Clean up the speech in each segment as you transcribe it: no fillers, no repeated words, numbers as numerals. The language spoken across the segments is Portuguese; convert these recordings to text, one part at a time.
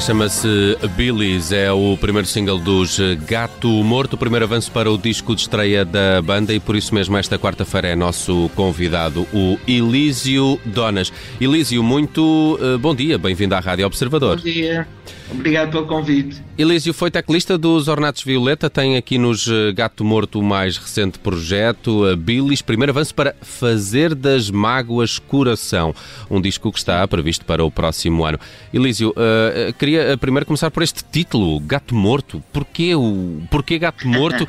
Chama-se Billys, é o primeiro single dos Gato Morto, o primeiro avanço para o disco de estreia da banda, e por isso mesmo esta quarta-feira é nosso convidado, o Elísio Donas. Elísio, muito bom dia, bem-vindo à Rádio Observador. Bom dia, obrigado pelo convite. Elísio foi teclista dos Ornatos Violeta, tem aqui nos Gato Morto o mais recente projeto, a Billys, primeiro avanço para Fazer das Mágoas Coração, um disco que está previsto para o próximo ano. Elísio, queria primeiro começar por este título, Gato Morto. Porquê Gato Morto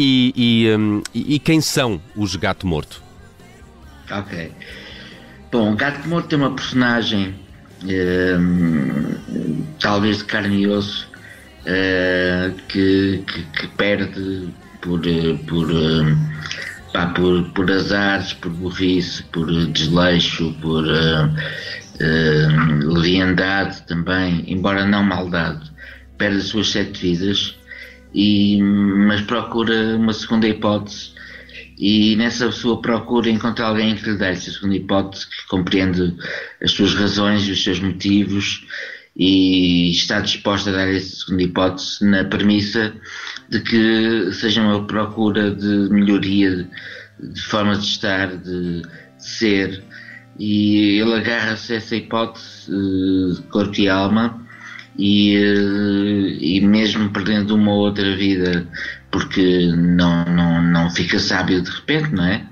e quem são os Gato Morto? Ok. Bom, Gato Morto é uma personagem talvez de carne e osso, que perde por azares, por burrice, por desleixo, por leviandade também, embora não maldade, perde as suas 7 vidas, mas procura uma segunda hipótese, e nessa sua procura encontra alguém que lhe dê essa segunda hipótese, que compreende as suas razões e os seus motivos, e está disposta a dar essa segunda hipótese na premissa de que seja uma procura de melhoria, de forma de estar, de ser, e ele agarra-se a essa hipótese de corpo e alma, e mesmo perdendo uma ou outra vida, porque não fica sábio de repente, não é?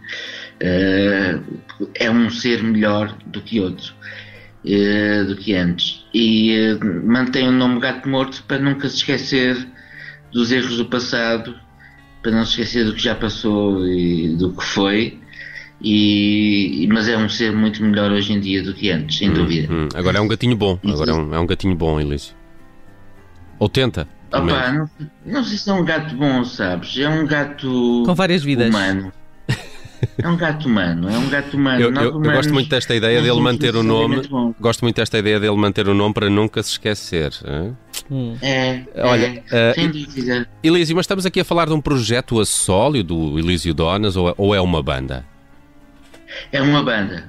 É um ser melhor do que outro, do que antes, e mantém o nome Gato Morto para nunca se esquecer dos erros do passado, para não se esquecer do que já passou e do que foi, mas é um ser muito melhor hoje em dia do que antes, sem dúvida. Agora é um gatinho bom, é um gatinho bom, Elísio. Ou tenta. Opa, não sei se é um gato bom, sabes? É um gato com várias vidas. Humano. É um gato humano, Eu gosto muito desta ideia dele manter o nome. Gosto muito desta ideia dele manter o nome para nunca se esquecer. Olha, sem dúvida. Elísio, mas estamos aqui a falar de um projeto a sólio do Elísio Donas, ou é uma banda? É uma banda,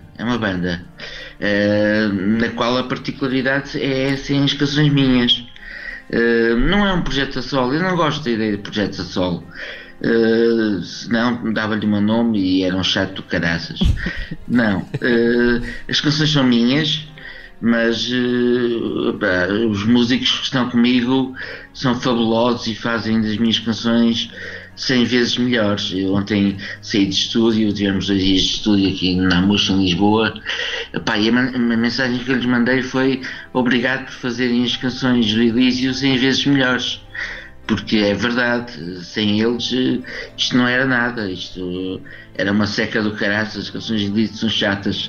na qual a particularidade é sem as canções minhas. Não é um projeto a solo, eu não gosto da ideia de projetos a solo. Senão dava-lhe um nome e era um chato do caraças. Não, as canções são minhas, mas os músicos que estão comigo são fabulosos e fazem das minhas canções 100 vezes melhores. Eu ontem saí de estúdio, tivemos 2 dias de estúdio aqui na Amuxa, em Lisboa, e a mensagem que eu lhes mandei foi: obrigado por fazerem as canções do Elísio 100 vezes melhores. Porque é verdade, sem eles isto não era nada, isto era uma seca do caraças, as canções de Elísio são chatas.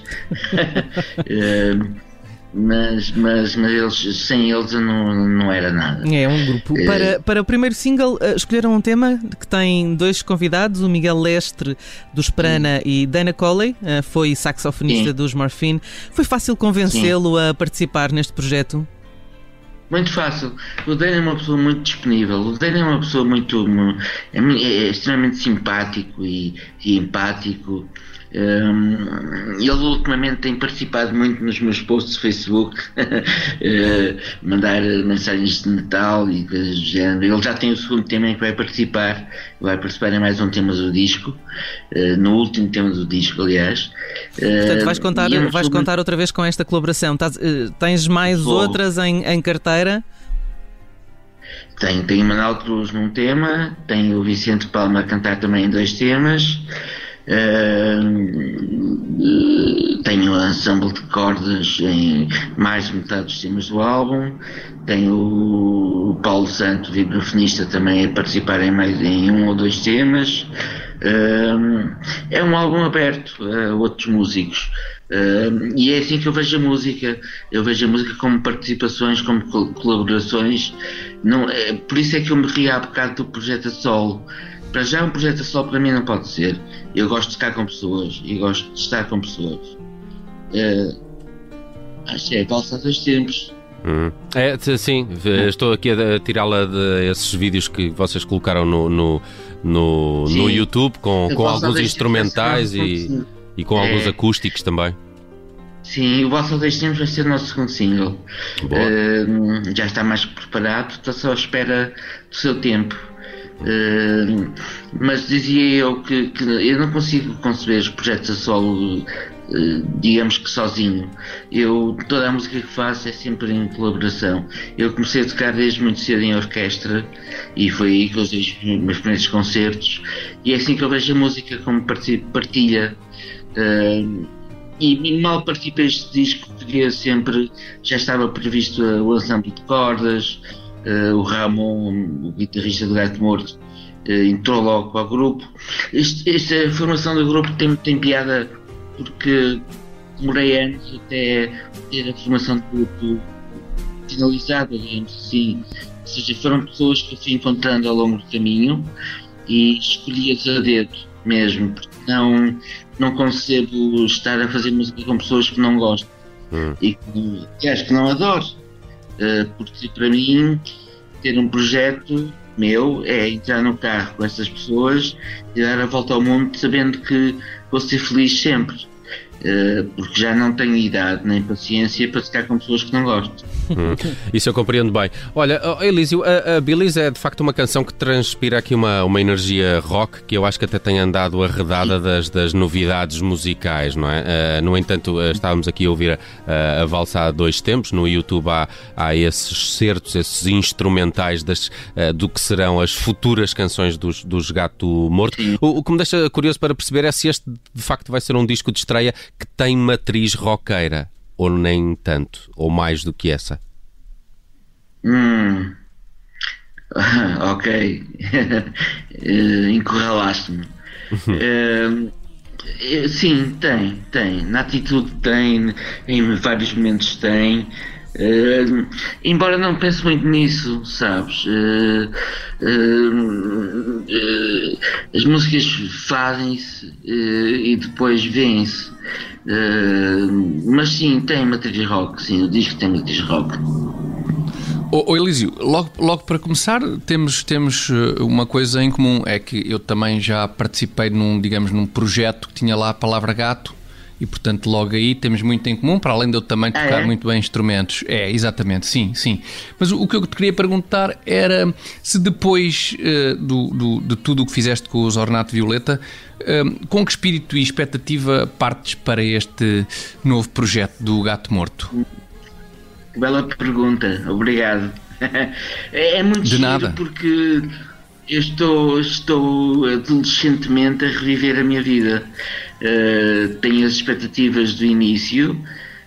Mas eles, sem eles não era nada. É um grupo. Para o primeiro single escolheram um tema que tem 2 convidados, o Miguel Lestre dos Prana e Dana Coley, foi saxofonista dos Morphine. Foi fácil convencê-lo a participar neste projeto? Muito fácil. O Dana é uma pessoa muito disponível. O Dana é uma pessoa é extremamente simpático e empático. Ele ultimamente tem participado muito nos meus posts de Facebook, mandar mensagens de Natal e coisas do género. Ele já tem o segundo tema em que vai participar em mais um tema do disco, no último tema do disco, aliás. Portanto, vais contar outra vez com esta colaboração. Tens mais outras em carteira? Tenho Manuel Cruz num tema, tenho o Vicente Palma a cantar também em 2 temas. Tenho um ensemble de cordas em mais de metade dos temas do álbum, tenho o Paulo Santo, vibrafonista, também a participar em 1 ou 2 temas. É um álbum aberto a outros músicos, e é assim que eu vejo a música. Eu vejo a música como participações, como colaborações. Por isso é que eu me ri há bocado do projeto a solo. Para já, um projeto a solo para mim não pode ser. Eu gosto de ficar com pessoas e gosto de estar com pessoas. Acho que é valsa a 2 tempos. Sim, estou aqui a tirá-la desses vídeos que vocês colocaram no YouTube com alguns instrumentais e com alguns acústicos também. Sim, o Vossa Dois Tempos vai ser o nosso segundo single. Já está mais preparado, está só à espera do seu tempo. Mas dizia eu que eu não consigo conceber os projetos a solo, digamos que sozinho. Toda a música que faço é sempre em colaboração. Eu comecei a tocar desde muito cedo em orquestra e foi aí que eu usei os meus primeiros concertos, e é assim que eu vejo a música como partilha. E mal participei deste disco porque já estava previsto o ensemble de cordas. O Ramon, o guitarrista do Gato Morto, entrou logo para o grupo. Esta formação do grupo tem piada porque demorei anos até ter a formação do grupo finalizada, digamos assim. Ou seja, foram pessoas que eu fui encontrando ao longo do caminho e escolhi-as a dedo mesmo, porque não concebo estar a fazer música com pessoas que não gosto e que não adoro. Porque para mim ter um projeto meu é entrar no carro com essas pessoas e dar a volta ao mundo sabendo que vou ser feliz sempre, porque já não tenho idade nem paciência para ficar com pessoas que não gosto. Isso eu compreendo bem. Olha, Elísio, a Billys é de facto uma canção que transpira aqui uma energia rock que eu acho que até tem andado arredada das novidades musicais, não é? No entanto, estávamos aqui a ouvir a valsa há dois tempos. No YouTube há esses certos, esses instrumentais do que serão as futuras canções dos Gato Morto. O que me deixa curioso para perceber é se este de facto vai ser um disco de estreia que tem matriz roqueira, ou nem tanto, ou mais do que essa? Ok. Encurralaste-me. Sim, tem. Na atitude tem, em vários momentos tem. Embora não pense muito nisso, sabes? As músicas fazem-se e depois vêm-se. Mas sim, tem matriz rock, sim, o disco tem matriz rock. Elísio, logo para começar, temos uma coisa em comum, é que eu também já participei num projeto que tinha lá a palavra gato, e portanto logo aí temos muito em comum, para além de eu também tocar muito bem instrumentos. É, exatamente, sim. Mas o que eu te queria perguntar era se depois de tudo o que fizeste com os Ornato Violeta, com que espírito e expectativa partes para este novo projeto do Gato Morto? Bela pergunta, obrigado. É muito de nada, porque eu estou adolescentemente a reviver a minha vida. Tenho as expectativas do início,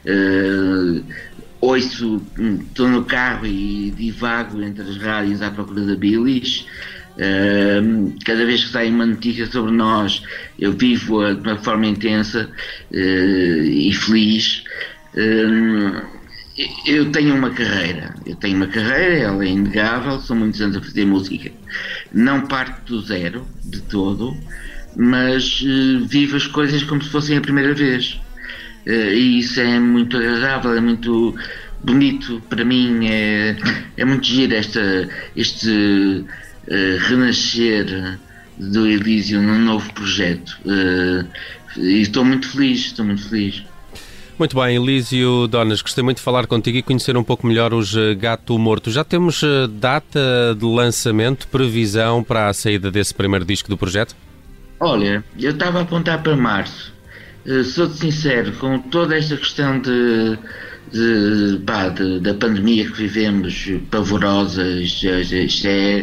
estou no carro e divago entre as rádios à procura da Billys. Cada vez que sai uma notícia sobre nós, eu vivo-a de uma forma intensa e feliz. Eu tenho uma carreira, ela é inegável, são muitos anos a fazer música. Não parto do zero, de todo, mas vivo as coisas como se fossem a primeira vez. E isso é muito agradável, é muito bonito para mim, é muito giro este renascer do Elísio num novo projeto. E estou muito feliz. Muito bem, Elísio Donas, gostei muito de falar contigo e conhecer um pouco melhor os Gato Morto. Já temos data de lançamento, previsão para a saída desse primeiro disco do projeto? Olha, eu estava a apontar para março. Sou-te sincero, com toda esta questão da pandemia que vivemos, pavorosa, isto é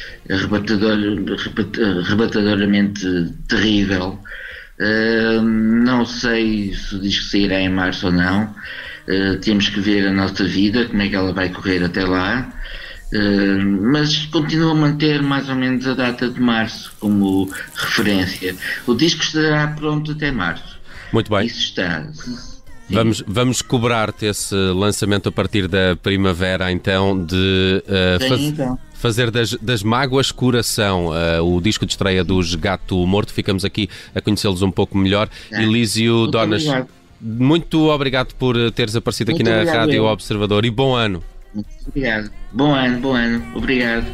arrebatadoramente terrível. Não sei se o disco sairá em março ou não. Temos que ver a nossa vida, como é que ela vai correr até lá. Mas continuo a manter mais ou menos a data de março como referência. O disco estará pronto até março. Muito bem. Isso está. Vamos cobrar-te esse lançamento a partir da primavera, então, de fazer das mágoas coração, o disco de estreia dos Gato Morto. Ficamos aqui a conhecê-los um pouco melhor. Elísio Donas, muito obrigado por teres aparecido aqui na Rádio Observador e bom ano. Muito obrigado. Bom ano. Obrigado.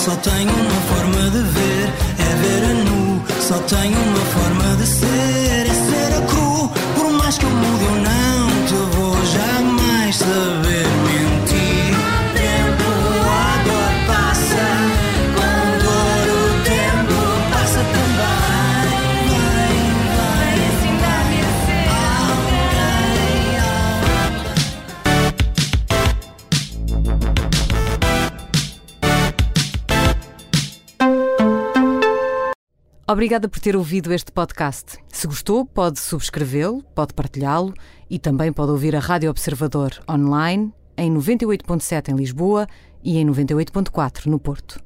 só tenho uma forma de ver, é ver a nu. Só tenho uma forma de ser, é ser a cru. Por mais que eu mude ou não, te vou jamais saber mentir. O tempo, a dor passa, com dor o tempo passa também. Vai, assim vai ser Obrigada por ter ouvido este podcast. Se gostou, pode subscrevê-lo, pode partilhá-lo e também pode ouvir a Rádio Observador online em 98.7 em Lisboa e em 98.4 no Porto.